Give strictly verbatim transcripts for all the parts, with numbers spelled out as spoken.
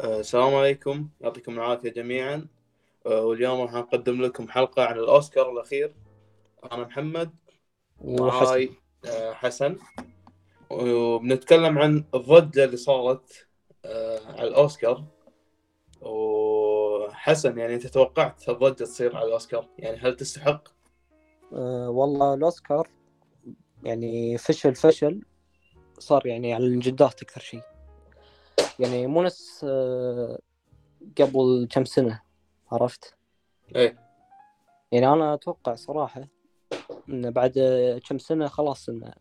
آه، السلام عليكم، يعطيكم العافية جميعا. آه، واليوم راح نقدم لكم حلقة عن الأوسكار الأخير. أنا محمد، وحسن. ومعاي آه، حسن، وبنتكلم عن الضجة اللي صارت آه، على الأوسكار. وحسن، يعني أنت توقعت الضجة تصير على الأوسكار؟ يعني هل تستحق؟ أه والله الأوسكار يعني فشل فشل صار يعني على الجدات أكثر شيء. يعني مو نفس أه قبل كم سنة، عرفت؟ إيه. يعني أنا أتوقع صراحة إن بعد كم سنة خلاص إن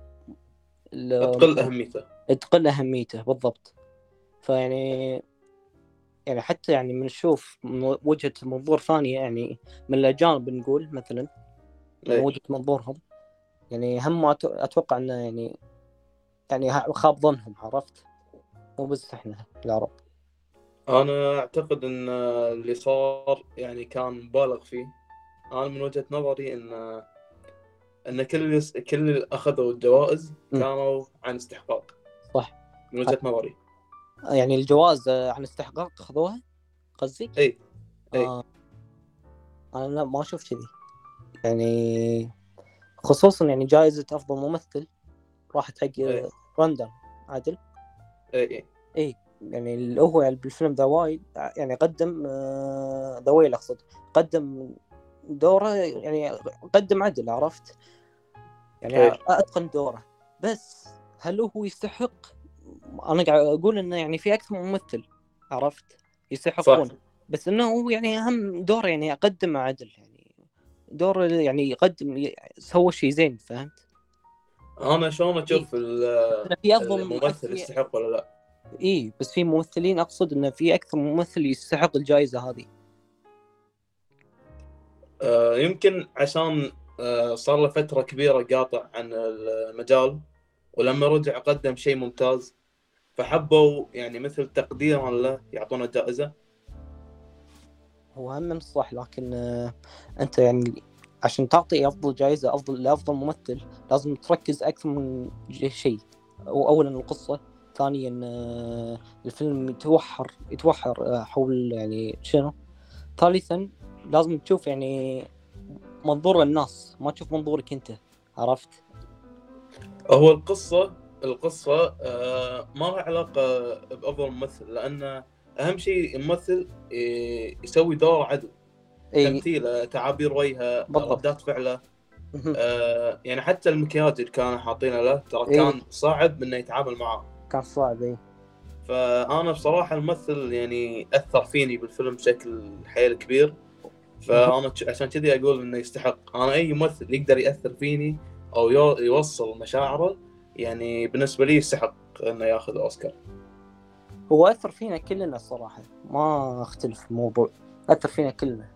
تقل ال- أهميته. تقل أهميته بالضبط. فيعني يعني حتى يعني من نشوف من وجهة منظور ثانية، يعني من الأجانب نقول مثلا من إيه. وجهة منظورهم، يعني هم أت- أتوقع إنه يعني يعني خاب ظنهم، عرفت؟ مو بس إحنا العرب. أنا أعتقد أن اللي صار يعني كان مبالغ فيه. أنا من وجهة نظري أن ان كل اللي كل اللي اخذوا الجوائز م. كانوا عن استحقاق، صح. من وجهة نظري. يعني الجوائز آه، عن استحقاق تاخذوها قصدك؟ اي. اي. آه انا لا، ما اشوف كذي. يعني خصوصا يعني جائزة افضل ممثل راحت حق اي. راندن عادل. اي. اي. اي، يعني اللي هو يعني بالفيلم ذا وايد يعني قدم آه ذا ويل اقصد، قدم دوره، يعني قدم عدل، عرفت؟ يعني اي. اتقن دوره. بس هل هو يستحق؟ انا قاعد اقول انه يعني في اكثر من ممثل، عرفت، صح. يستحقون. بس انه هو يعني اهم دور يعني اقدم عدل، يعني دور يعني يقدم سوى شيء زين، فهمت؟ انا شلون اي، اشوف ال- انه في افضل الممثل في يستحق ولا لا؟ اي، بس في ممثلين اقصد انه في اكثر من ممثل يستحق الجائزة هذه. آه يمكن عشان آه صار له فترة كبيرة قاطع عن المجال، ولما رجع قدم شيء ممتاز، فحبوا يعني مثل تقديرا له يعطونه جائزة. هو هم من الصح، لكن آه، انت يعني عشان تعطي افضل جائزة افضل لافضل ممثل لازم تركز اكثر من ج- شيء. اولا القصة، ثانيا آه، الفيلم يتوحر يتوحر آه، حول يعني شنو، ثالثا لازم تشوف يعني منظور الناس، ما تشوف منظورك انت، عرفت؟ هو القصة القصة آه، ما لها علاقة بأفضل ممثل، لأن أهم شيء الممثل ي- يسوي دور عدل. اي تمثيله، تعابير وجهه، بالضبط. ردات فعله. مهم. آه، يعني حتى المكياج اللي كانوا حاطينه له ترى اي كان صعب إنه يتعامل معاه. كان صعب. اي فأنا بصراحة الممثل يعني أثر فيني بالفيلم بشكل حيل كبير. مهم. فأنا ش- عشان كذي أقول إنه يستحق. أنا أي ممثل يقدر يأثر فيني أو يو- يوصل مشاعره، يعني بالنسبة لي يستحق إنه ياخذ الأوسكار. هو اثر فينا كلنا الصراحة، ما اختلف في الموضوع، اثر فينا كلنا.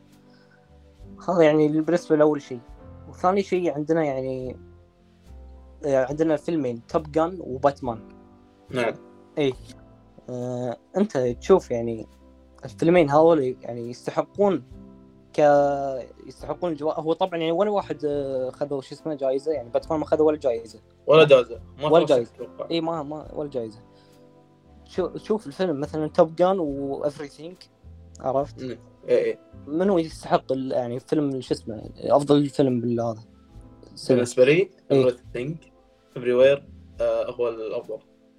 هذا يعني بالنسبة لأول شيء. وثاني شيء عندنا يعني آه، عندنا فيلمين، توب جان وباتمان. نعم. اي آه، انت تشوف يعني الفيلمين هذول يعني يستحقون ك يستحقون الجوائز. هو طبعا يعني ولا واحد آه، خذوا شو اسمه جائزة، يعني باتمان ما خذوا ولا جائزة. ولا جائزة، ما ولا ترشح جائزة. أتوقع. اي ما ما ولا جائزة. شو شوف الفيلم مثلا توب جان وإفريثينج، عرفت؟ إيه. إيه. منو يستحق ال- يعني فيلم شو اسمه افضل فيلم بالهذا السنة؟ بالنسبة لي ايه. everything everywhere آه هو الأفضل،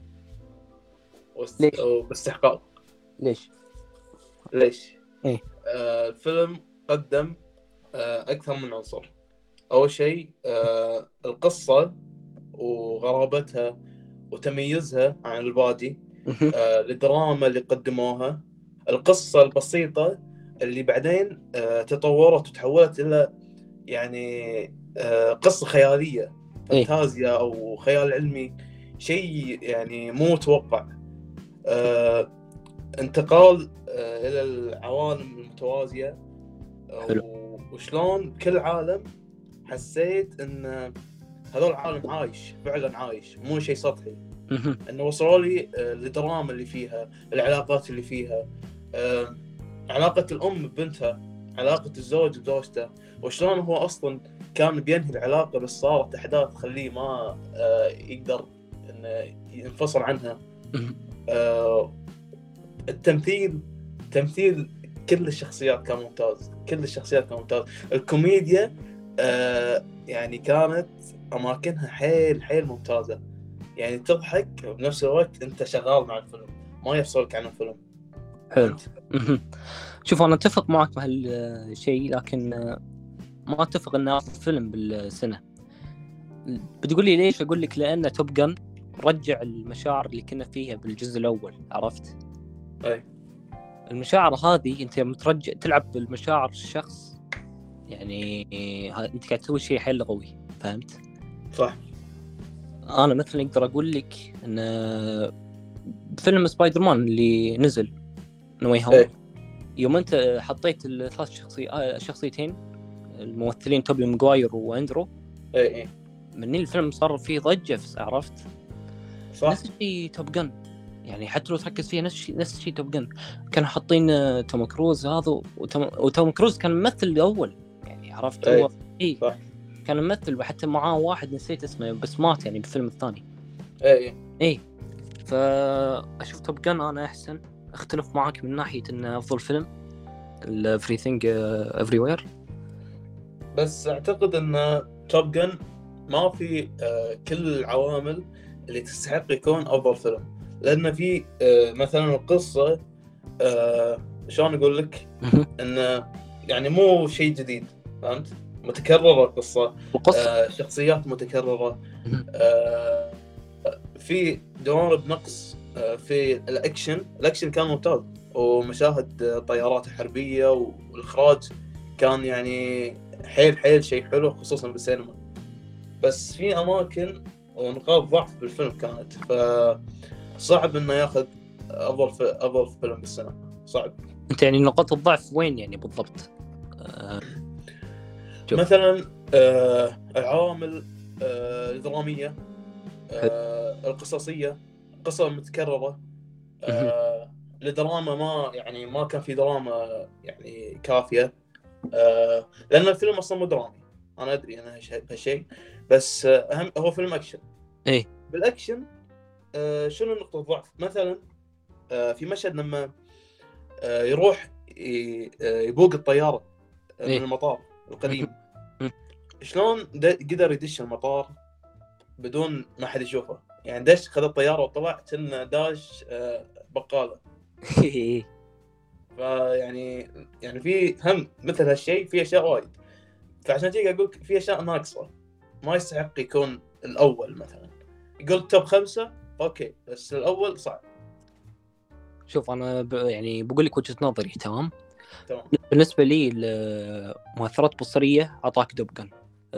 واست- ليش؟ وباستحقاق. ليش؟ ليش؟ ايه. آه الفيلم قدم آه أكثر من عنصر. أول شيء آه القصة وغرابتها وتميزها عن الباقي. مهم. آه الدراما اللي قدموها، القصة البسيطة اللي بعدين آه تطورت وتحولت إلى يعني آه قصة خيالية، ايه. فانتازيا أو خيال علمي، شيء يعني مو متوقع. آه انتقال آه إلى العوالم المتوازية، آه، حلو. وشلون كل عالم حسيت ان هذول عالم عايش فعلا، عايش مو شيء سطحي. مهم. انه وصلوا لي آه، الدراما اللي فيها، العلاقات اللي فيها، آه، علاقة الأم ببنتها، علاقة الزوج بزوجته، وشلون هو أصلا كان بينهي العلاقة بس صارت أحداث تخليه ما آه، يقدر إنه ينفصل عنها. مهم. آه، التمثيل تمثيل كل الشخصيات كان ممتاز، كل الشخصيات كان ممتاز. الكوميديا آه يعني كانت أماكنها حيل حيل ممتازة، يعني تضحك وبنفس الوقت أنت شغال مع الفيلم، ما يفصلك عن الفيلم. حلو. شوف أنا أتفق معك بهالشيء، لكن ما أتفق إنه أفضل فيلم بالسنة. بتقول لي ليش؟ أقول لك لأن توب جن رجع المشاعر اللي كنا فيها بالجزء الأول، عرفت؟ أي. المشاعر هذه أنت مترجع تلعب بالمشاعر الشخص، يعني أنت قاعد تسوي شيء حيل قوي، فهمت؟ صح. أنا مثلا أقدر أقول لك إن فيلم سبايدر مان اللي نزل نو واي هوم، يوم أنت حطيت الثلاث شخصي شخصيتين الممثلين توبي ماغواير واندرو، اي اي من الفيلم صار فيه ضجة، عرفت؟ صح. نفس الشيء توب جن، يعني حتى لو تركز فيها نفس الشيء نفس الشيء توب جن. كانوا حاطين توم كروز هذا، وتوم, وتوم كروز كان ممثل الأول، يعني عرفت؟ أي. هو إيه صح. كان ممثل، وحتى معاه واحد نسيت اسمه بس مات يعني بالفيلم الثاني. اي إيه فأشوف توب جن أنا أحسن. أختلف معاك من ناحية إنه أفضل فيلم Everything Everywhere، بس اعتقد ان توب جن ما في آه كل العوامل اللي تستحق يكون افضل فيلم، لان في آه مثلا القصه آه شلون اقول لك انه يعني مو شيء جديد، فهمت؟ متكرره القصه، القصة آه شخصيات متكرره، آه في جوانب نقص آه في الاكشن. الاكشن كان ممتاز، ومشاهد طيارات حربيه والاخراج كان يعني حيل حيل شيء حلو خصوصا بالسينما. بس في اماكن ونقاط ضعف بالفيلم كانت، فصعب انه ياخذ افضل افضل فيلم بالسنه، صعب. أنت يعني نقاط الضعف وين يعني بالضبط؟ آه مثلا آه العوامل آه الدراميه، آه القصصيه، قصة متكرره، آه الدراما ما يعني ما كان في دراما يعني كافيه، آه لان الفيلم اصلا مو درامي، انا ادري انا هالشيء، بس آه اهم هو فيلم اكشن. إيه بالاكشن آه شنو نقطه ضعف؟ مثلا آه في مشهد لما آه يروح يبوق الطياره من إيه المطار القديم، شلون قدر يدش المطار بدون ما حد يشوفه؟ يعني دش خذ الطياره وطلع كأنه داش آه بقاله. فيعني يعني في هم مثل هالشيء، في اشياء وايد، فعشان كذا اقول في اشياء ناقصه ما يستحق يكون الاول. مثلا قلت توب خمسة اوكي، بس الاول صعب. شوف أنا ب... يعني بقول لك وجهة نظري، تمام؟ تمام. بالنسبة لي المؤثرات البصرية عطاك دوب جن،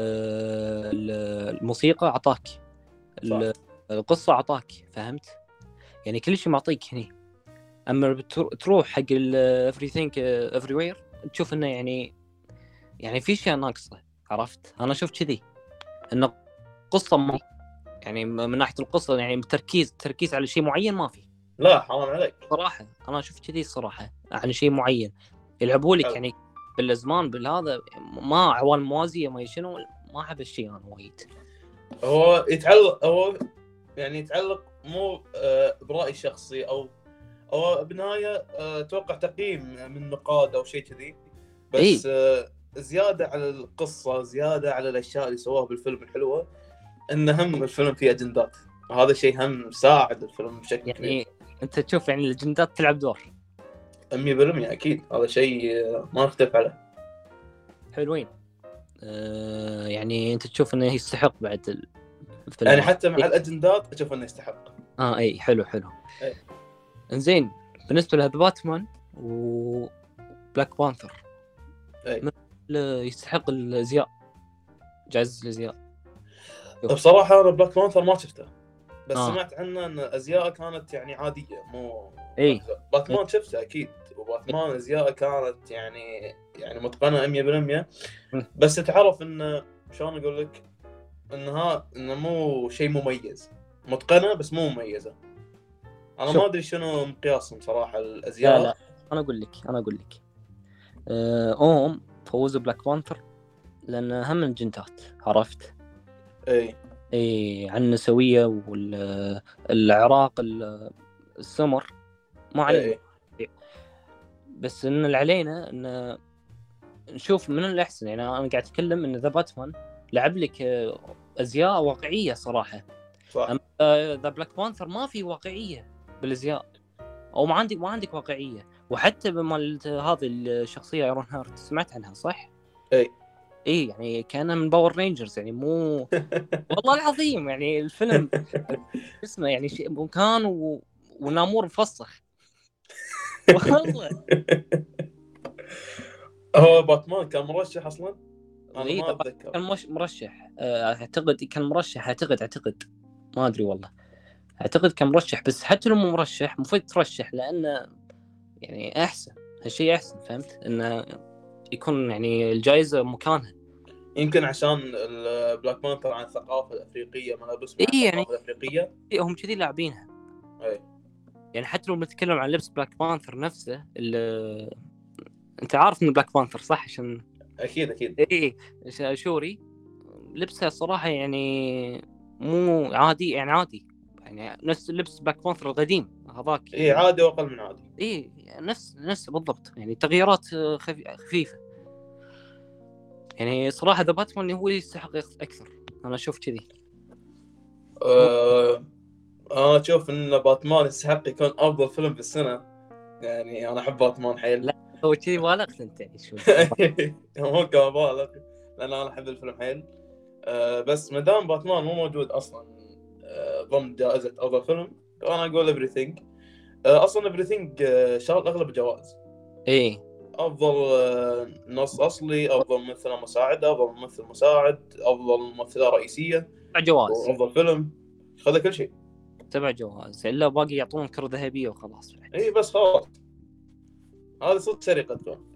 الموسيقى عطاك، صح. القصة عطاك، فهمت؟ يعني كل شيء معطيك هني. أما بتروح حق ال everything everywhere تشوف إنه يعني يعني في شيء ناقصة، عرفت؟ أنا شفت كذي إنه قصة ما يعني من ناحية القصة يعني تركيز تركيز على شيء معين ما في. لا حرام عليك صراحة أنا شفت كذي الصراحة عن شيء معين يلعبوا لك يعني بالأزمان بالهذا، ما عوالم موازية ما شنو، ما أحب الشيء أنا وايد. هو يتعلق هو يعني يتعلق مو آه برأي شخصي او او بالنهاية آه اتوقع تقييم من نقاد او شيء كذي، بس إيه؟ آه زيادة على القصة، زيادة على الاشياء اللي سواها بالفيلم الحلوة، ان هم الفيلم فيه اجندات، وهذا شيء هم ساعد الفيلم بشكل كبير. يعني أنت تشوف يعني الأجندات تلعب دور مية بالمية اكيد، هذا شيء آه ما نختلف عليه. حلوين. أه يعني أنت تشوف إنه يستحق بعد الفيلم يعني هذا؟ حتى مع إيه؟ الاجندات اشوف انه يستحق. آه إيه حلو حلو. إيه. إنزين بالنسبة لهذا باتمان وبلاك بانثر، إيه. يستحق الازياء، جائزة الازياء. بصراحة أنا بلاك بانثر ما شفته، بس آه. سمعت عنه أن أزياءه كانت يعني عادية، مو إيه. باتمان شفته أكيد، وباتمان أزياءه كانت يعني يعني متقنة مية بالمية، بس تعرف إنه شلون أقول لك إنها إنه مو شيء مميز، متقنة بس مو مميزة. أنا شوف. ما أدري شنو مقياسهم صراحة لا الأزياء. لا أنا أقول لك أنا أقول لك أه أوم فوزوا بلاك بانثر لأن هم الجنتات، عرفت؟ إيه. إيه عن النسوية والعراق السمر ما إيه. علينا. إيه. بس ان اللي علينا ان نشوف من الاحسن. يعني انا قاعد اتكلم ان ذا باتمان لعب لك ازياء واقعيه صراحه. صح. اما ذا بلاك بانثر ما في واقعيه بالازياء، او ما عندك ما عندك واقعيه. وحتى بمال هذه الشخصيه ايرون هارت سمعت عنها صح؟ اي ايه يعني كان من باور رينجرز يعني مو والله العظيم يعني الفيلم اسمه يعني شيء مكان و... ونامور مفسخ والله. هو باتمان كان مرشح اصلا؟ انا إيه ما اتذكر. كان مش مرشح اعتقد، كان مرشح اعتقد اعتقد ما ادري والله، اعتقد كان مرشح. بس حتى لو مو مرشح المفروض ترشح، لانه يعني احسن هالشيء احسن، فهمت؟ انه يكون يعني الجائزه مكانها. يمكن عشان البلاك بانثر عن الثقافه الافريقيه، ملابسهم عن اي يعني الثقافه الافريقيه. هم كذي لاعبينها. اي يعني حتى لو بنتكلم عن لبس بلاك بانثر نفسه، اللي... انت عارف من بلاك بانثر صح؟ عشان اكيد اكيد. اي شوري لبسها صراحه يعني مو عادي، يعني عادي، يعني نفس لبس بلاك بانثر القديم هذاك. اي عادي واقل من عادي. اي نفس نفس بالضبط، يعني تغييرات خفي... خفيفه. يعني صراحه ذا باتمان هو اللي يستحق اكثر، انا اشوف كذي. أه... انا اشوف ان باتمان يستحق يكون افضل فيلم في السنه. يعني انا احب باتمان حيل. لا هو كذي بالغت انت يعني شوي. مو كمبالغ، لان انا احب الفيلم حيل. أه بس ما دام باتمان مو موجود اصلا أه ضمن جائزه افضل فيلم، انا اقول everything. أه اصلا everything أه شال اغلب الجوائز. ايه افضل أه نص اصلي، افضل ممثله مساعده، افضل ممثل مساعد، افضل ممثله رئيسيه، سبع جوائز، وافضل فيلم. خذ كل شيء. سبع جوائز الا باقي يعطون كرة ذهبيه وخلاص. اي بس خلاص، هذا صوت سرقه كون.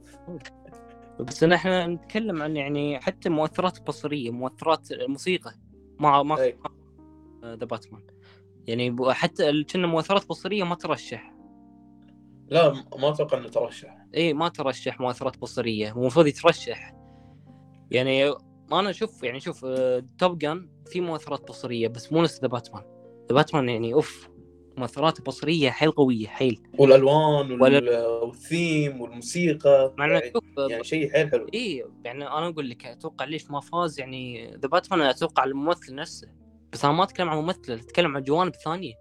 بس إن احنا نتكلم عن يعني حتى مؤثرات بصريه، مؤثرات الموسيقى ما ما اي ذا باتمان يعني حتى كنا مؤثرات بصريه ما ترشح. لا ما اتوقع انه ترشح. ايه ما ترشح مؤثرات بصريه، المفروض يترشح. يعني ما انا اشوف يعني شوف توب جان في مؤثرات بصريه بس مو نفس ذا باتمان. ذا باتمان يعني اوف مؤثرات بصريه حيل قويه حيل، والالوان وال... ولا والثيم والموسيقى معنى يعني، شوف يعني شيء حيل حلو. ايه يعني انا اقول لك اتوقع ليش ما فاز يعني ذا باتمان. اتوقع الممثل نفسه، بس انا ما اتكلم عن ممثل، اتكلم عن جوانب ثانيه،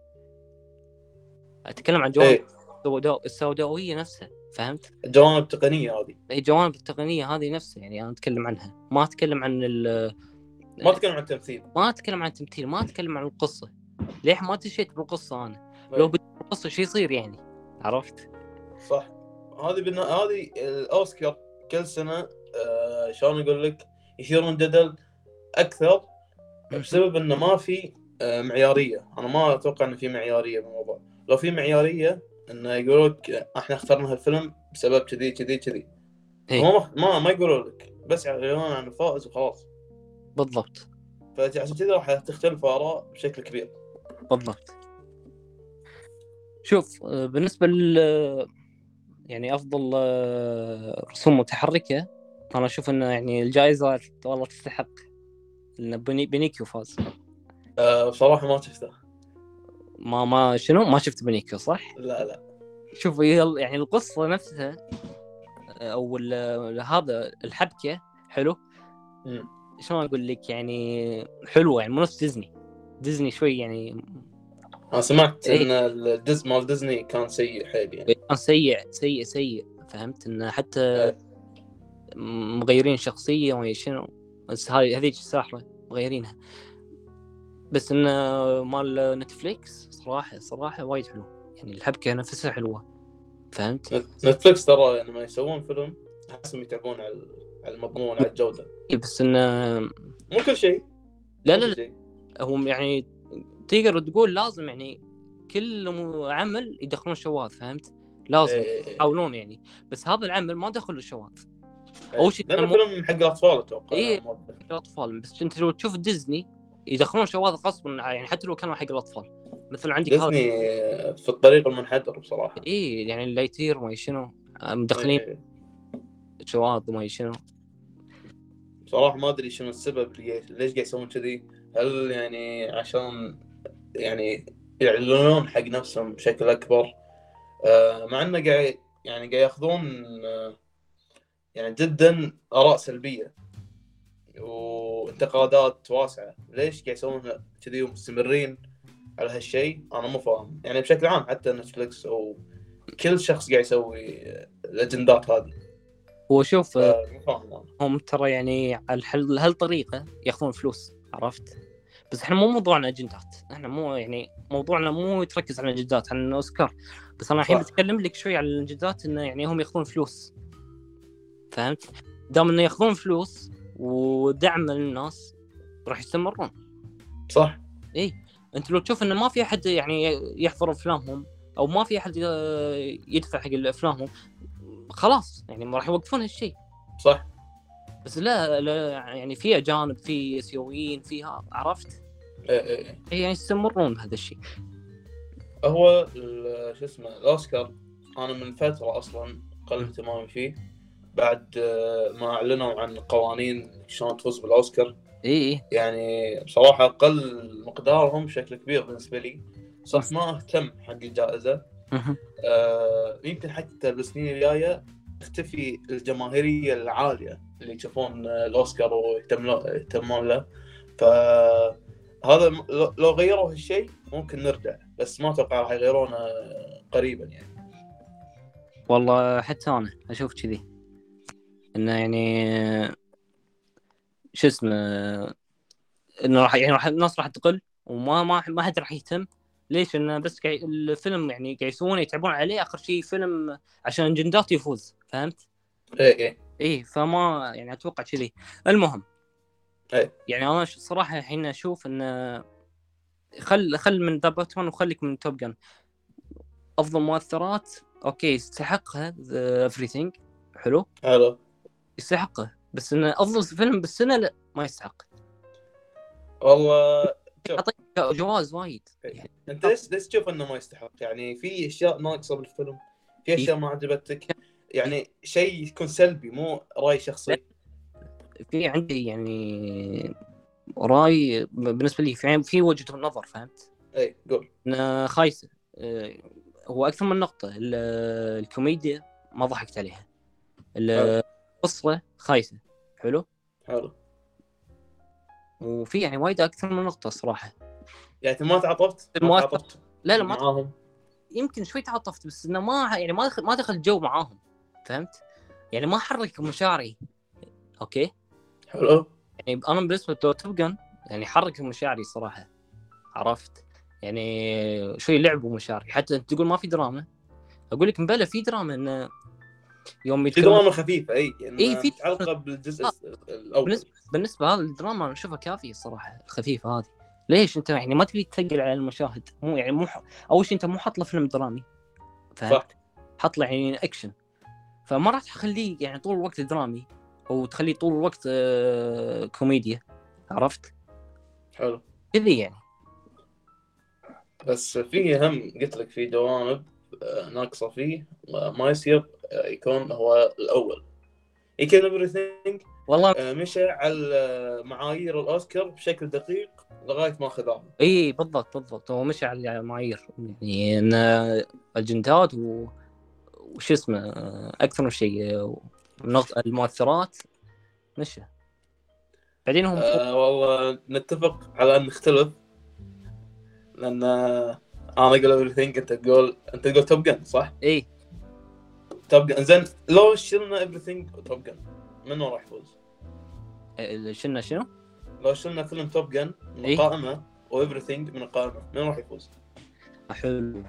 اتكلم عن جوانب ايه السوداء السوداويه نفسها، فهمت؟ الجوانب التقنيه هذه. اي جوانب التقنيه هذه نفسها يعني انا اتكلم عنها، ما اتكلم عن ال... ما اتكلم عن التمثيل. ما اتكلم عن التمثيل، ما اتكلم عن القصه. ليه ما تشيت بالقصه انا؟ لو ايه بدي القصه شو يصير يعني، عرفت؟ صح. هذه بالنا... هذه الاوسكار كل سنه آه شلون اقول لك يثيرون جدل اكثر بسبب انه ما في آه معياريه. انا ما اتوقع انه في معياريه بالموضوع. لو في معياريه انه يقولوا لك احنا اخترنا هالفيلم بسبب كذي كذي كذي، إيه. هم ما ما يقولوا لك، بس يعلنون عن الفائز وخلاص. بالضبط فعشان كذا راح تختلف آراء بشكل كبير. بالضبط. شوف بالنسبه لل يعني افضل رسوم متحركه، انا اشوف انه يعني الجائزه والله تستحق ان بني بنيكيو فاز. أه بصراحه ما شفته. ما ما شنو ما شفت بنيكيو صح؟ لا لا. شوف يعني القصه نفسها او هذا الحبكه حلو. م. شلون اقول لك يعني حلوه، يعني مو نفس ديزني. ديزني شوي يعني انا سمعت إيه؟ ان الديز مال ديزني كان سيء حيل يعني. كان سيء سيء سيء، فهمت؟ انه حتى أه. مغيرين شخصيه وما شنو، بس هاي هذيك الساحره مغيرينها. بس انه مال نتفليكس صراحه صراحه وايد حلو، يعني الحبكه نفسها حلوه، فهمت؟ نتفليكس ترى يعني ما يسوون فيلم احسن يتعبون على على المضمون على الجوده. بس انه مو كل شيء. لا لا لا هم يعني تقدر تقول لازم يعني كل عمل يدخلون شواذ، فهمت؟ لازم يحاولون إيه. يعني، بس هذا العمل ما دخل الشواذ. إيه. اول شيء لانه مو... فيلم حق الاطفال اتوقع. ايه الاطفال، بس انت لو تشوف ديزني يدخلون شواذ غصبا يعني، حتى لو كانوا حق الاطفال. مثل عندك ديزني هذا في الطريق المنحدر بصراحه. ايه يعني اللي يطير ما شنو مدخلين إيه. شواذ ما شنو. بصراحه ما ادري شنو السبب ليش ليش قاعد يسوون كذي. هل يعني عشان يعني يعلنون حق نفسهم بشكل اكبر، آه، مع انه قاعد يعني قاعد ياخذون آه، يعني جدا اراء سلبيه وانتقادات واسعه. ليش قاعد يسوون كذي ومستمرين على هالشيء؟ انا مو فاهم يعني. بشكل عام حتى نتفلكس او كل شخص قاعد يسوي الاجندات هذه. هو شوف آه، فمو فاهم انا. هم ترى يعني على الحل هالطريقة ياخذون فلوس، عرفت؟ بس احنا مو موضوعنا اجندات، احنا مو يعني موضوعنا مو يتركز على الاجندات، عن اوسكار. بس انا الحين صح. بتكلم لك شوي على الاجندات، انه يعني هم ياخذون فلوس، فهمت؟ دام انه ياخذون فلوس ودعم للناس راح يستمرون. صح. اي، انت لو تشوف انه ما في احد يعني يحضر افلامهم، او ما في احد يدفع حق افلامهم، خلاص يعني ما راح يوقفون هالشيء. صح. بس لا, لا يعني في اجانب، في اسيويين فيها، عرفت؟ إيه إيه إيه. يعني يستمرون بهذا الشيء. هو ال- شو اسمه الاوسكار، انا من فتره اصلا قل اهتمامي فيه بعد آه، ما اعلنوا عن قوانين شلون تفوز بالاوسكار. اي اي يعني بصراحه قل مقدارهم بشكل كبير بالنسبه لي. صح ما اهتم حق الجائزه. آه، يمكن حتى بالسنين الجايه تختفي الجماهيريه العاليه اللي يشوفون آه، الاوسكار ويهتمون له. فهذا م- لو- لو غيروا هالشيء ممكن نرجع، بس ما اتوقع راح يغيرونه قريبا يعني. والله حتى انا اشوف كذي، انه يعني شو اسمه، انه راح يعني راح الناس راح تقل، وما ما ما حد راح يهتم. ليش؟ انه بس قاعد الفيلم يعني قاعد يسوون يتعبون عليه، اخر شيء فيلم عشان جندات يفوز، فهمت؟ ايه ايه ايه، فما يعني اتوقع كذي. المهم ايه. يعني انا صراحه الحين اشوف انه خل خل من ذا باتمان وخليك من توب جن. افضل مؤثرات اوكي يستحقها everything، حلو حلو. يستحقه، بس انه افضل فيلم بالسنه لا، ما يستحق. والله شوف، اعطيك جواز وايد إيه. يعني. انت ليش ليش تشوف انه ما يستحق؟ يعني في اشياء ناقصه بالفيلم، في اشياء ما عجبتك، يعني شيء يكون سلبي مو راي شخصي. في عندي يعني راي بالنسبه لي، في في وجهه نظر، فهمت؟ اي قول. انه خايسه. آه، هو اكثر من نقطه. ال- الكوميديا ما ضحكت عليها، حلو. القصه خايسه، حلو. حلو. وفي يعني وايد اكثر من نقطه صراحه. يعني انت ما تعاطفت ما المؤثر تعاطفت لا لا ما معاهم؟ يمكن شوي تعاطفت، بس انه ما يعني ما دخل ما دخل الجو معاهم، فهمت؟ يعني ما حرك مشاعري. اوكي، حلو. يعني انا بالنسبه لتوب جن يعني حرك مشاعري صراحه، عرفت؟ يعني شوي لعبوا مشاعري. حتى انت تقول ما في دراما، اقول لك مبلا في دراما. انه يوم في يتكلمون دراما خفيفه اي اي انها في متعلقه بالجزء آه، الاول. بالنسبه بالنسبه هذا الدراما انا اشوفها كافيه الصراحه، الخفيفه هذه. ليش انت يعني ما تبي تثقل على المشاهد؟ مو يعني مو ح... اول شيء انت مو حاط له فيلم درامي، فهمت؟ صح. حط له يعني اكشن، فما راح تخليه يعني طول الوقت درامي، او تخليه طول الوقت آه... كوميديا، عرفت؟ حلو. كذي يعني. بس في هم قلت لك في جوانب آه، ناقصه فيه، ما ما يصير آه، يكون هو الاول. يمكن everything والله آه، مشى على معايير الاوسكار بشكل دقيق لغايه ما خذاها. اي بالضبط بالضبط، هو مشى على معايير يعني ان اجندات و... وش اسمه اكثر من شيء، ونقط المؤثرات مشى. بعدين هم فوق. أه والله نتفق على ان نختلف، لان آه، انا اقول everything، انت تقول انت تقول توب جن صح؟ اي توب جن زين. لو شلنا everything وتوب جن منو راح يفوز؟ شنو شنو لو شلنا فيلم توب جن من إيه؟ القائمه و everything من القائمه، منو راح يفوز؟ حلو.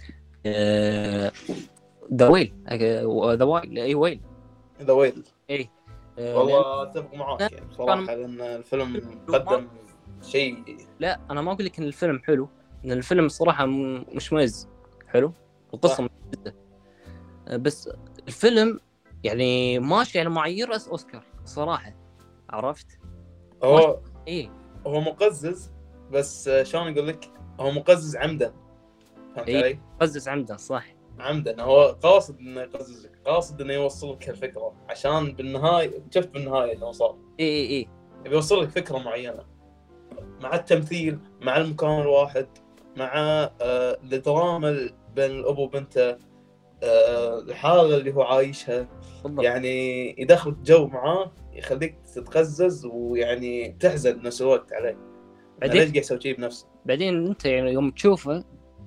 ذا ويل ذا ويل اي ويل ذا ويل. اي. والله اتفق معاك يعني كان بصراحه، لان الفيلم قدم شيء. لا انا ما اقول لك ان الفيلم حلو، ان الفيلم صراحه م... مش مميز، حلو، القصه مميزه، بس الفيلم يعني ماشي على معايير اوسكار صراحه، عرفت؟ هو ايه هو مقزز، بس آه، شلون اقول لك، هو مقزز عمدا، فهمت إيه. علي؟ قزز عمدا صح. عمدا هو قاصد انه يقززك، قاصد انه يوصل لك الفكره، عشان بالنهايه شفت بالنهايه انه صار اي اي اي يبي يوصل لك فكره معينه، مع التمثيل، مع المكان الواحد، مع آه، الدراما بين الاب وبنته، آه، الحالة اللي هو عايشها، بالضبط. يعني يدخلك جو معاه يخليك تتقزز ويعني تحزن بنفس الوقت عليه انه بعدين ليش قاعد يسوي شيء بنفسه. بعدين انت يعني يوم تشوفه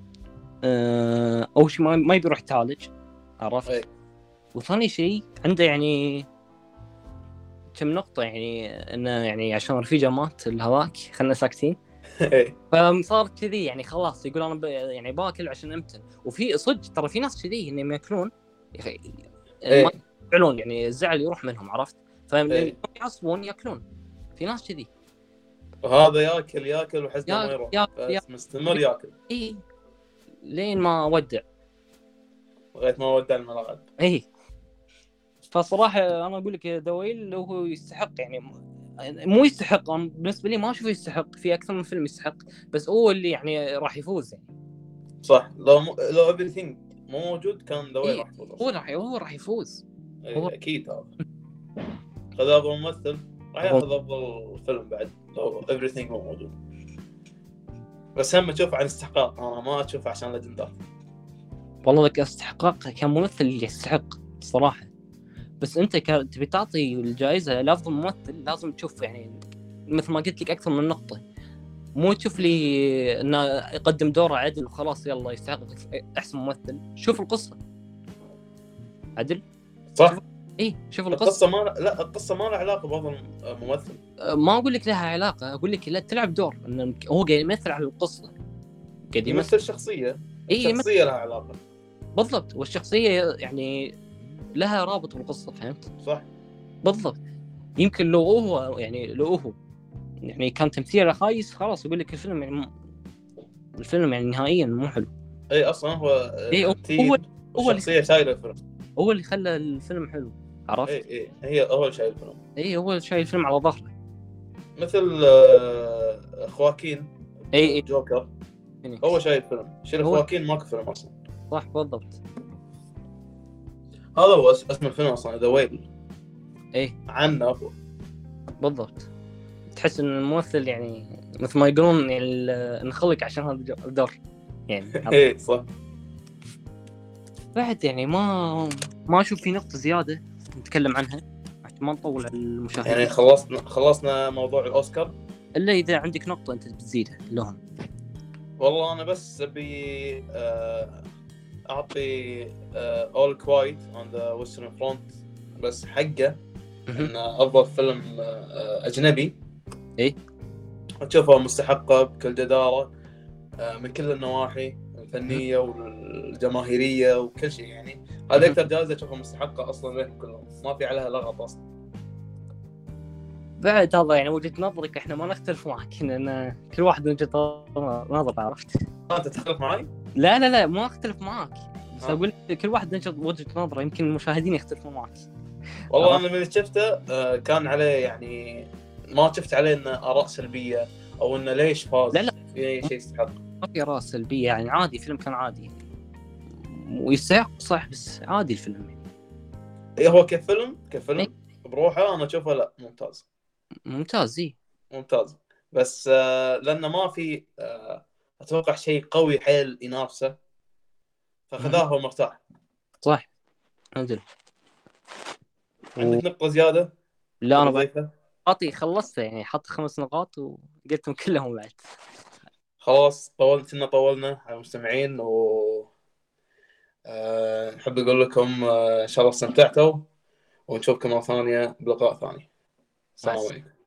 آه، اول شيء ما ما يبي يروح يتعالج، عرفت؟ اي وثاني شيء عنده يعني كم نقطة، يعني انه يعني عشان رفيجه مات الهواك خلنا ساكتين، اي فصار كذي يعني خلاص يقول انا ب... يعني باكل عشان امتن. وفي صدق ترى في ناس كذي انهم ياكلون يا اخي ما اي يفعلون، يعني الزعل يروح منهم، عرفت؟ فلما اي يعصبون ياكلون. في ناس كذي وهذا ياكل ياكل وحزنه ما يا يروح، يا يا بس مستمر ياكل اي لين ما ودع. لغايه ما ودع الملعب. اي فصراحة انا اقول لك دويل هو يستحق، يعني مو يستحق، أنا بالنسبة لي ما اشوفه يستحق، في اكثر من فيلم يستحق، بس هو اللي يعني راح يفوز يعني. صح، لو م... لو everything مو موجود كان دوي اي راح يفوز هو اصلا. راح هو راح يفوز. هو اي اكيد هذا خذ افضل ممثل، راح هو ياخذ افضل فيلم بعد لو everything مو موجود. بس هم اشوف عن استحقاق، انا ما اشوفه عشان ليجندات. والله لك استحقاق كممثل يستحق صراحة، بس انت ك... تبي تعطي الجائزة لأفضل ممثل لازم تشوف يعني مثل ما قلت لك أكثر من نقطة، مو تشوف لي انه يقدم دوره عدل وخلاص يلا يستحق احسن ممثل. شوف القصة عدل، صح. شوف ايه شوف القصة. القصه ما لا القصه ما لها علاقه بافضل ممثل. ما اقول لك لها علاقة، اقول لك لا تلعب دور ان هو قاعد يمثل على القصة، قاعد يمثل. يمثل شخصيه، اي يمثل الشخصيه لها علاقه. بالضبط، والشخصية يعني لها رابط بالقصة، فهمت؟ صح. بالضبط. يمكن لو هو يعني لو هو يعني كان تمثيله خايس خلاص يقول لك الفيلم يعني م... الفيلم يعني نهائيا مو حلو. اي اصلا هو ايه هو تمثيل هو اللي والشخصيه شايله الفيلم. هو اللي خلى الفيلم حلو، عرفت؟ اي اي هي اول شيء الفيلم. ايه هو شايل الفيلم على ظهره. مثل آه، خواكين اي اي جوكر، فينيكس. هو شايل الفيلم، شيل هو خواكين ماكو فيلم اصلا. صح بالضبط. هذا هو اس- اسم الفيلم اصلا ذا ويل، ايه عنه هو. بالضبط. تحس ان الممثل يعني مثل ما يقولون يعني نخلق عشان هذا الجو- الدور يعني. اي صح. بعد يعني ما ما اشوف في نقطة زيادة نتكلم عنها عشان ما نطول على المشاهدين، يعني خلصنا خلصنا موضوع الاوسكار. الا اذا عندك نقطة انت بتزيدها لهم. والله انا بس ابي آه، اعطي اول كوايت اون ذا ويسترن فرونت بس حقه مهم. ان افضل فيلم آه، اجنبي. ايه اشوفه مستحقه بكل جداره، آه، من كل النواحي الفنيه والجماهيريه وكل شيء. يعني هذه مهم. اكثر جائزه اشوفها مستحقه اصلا بينهم كلهم، ما في عليها لغط اصلا. بعد هذا يعني وجهة نظرك، احنا ما نختلف معك لان كل واحد وجهة نظر، عرفت؟ انت تختلف معي؟ لا لا لا ما اختلف معك، بس ها. اقول كل واحد وجهة وجهة نظره، يمكن المشاهدين يختلفون معك. والله عرفت؟ انا من شفته آه، كان عليه يعني ما شفت عليه انه اراء سلبيه او انه ليش فاز لا لا في اي شيء يستحق. ما في آراء سلبية، يعني عادي، فيلم كان عادي ويستحق صح، بس عادي الفيلم يعني. إيه هو كفيلم إيه، كفيلم بروحه انا اشوفه لا ممتاز ممتاز زي ممتاز. بس آه، لانه ما في آه، اتوقع شيء قوي حيل ينافسه، فخذاه هو مرتاح. صح عدل. و... عندك نقطه زياده لا أنا تبي بعد تضيفها؟ أعطي خلصت يعني، حط خمس نقاط وقلتهم كلهم بعد. خلاص طولت إن طولنا على المستمعين، و آه، نحب نقول لكم آه، إن شاء الله استمتعتوا، ونشوفكم مرة ثانية بلقاء ثاني. مع السلام السلامة. عليكم.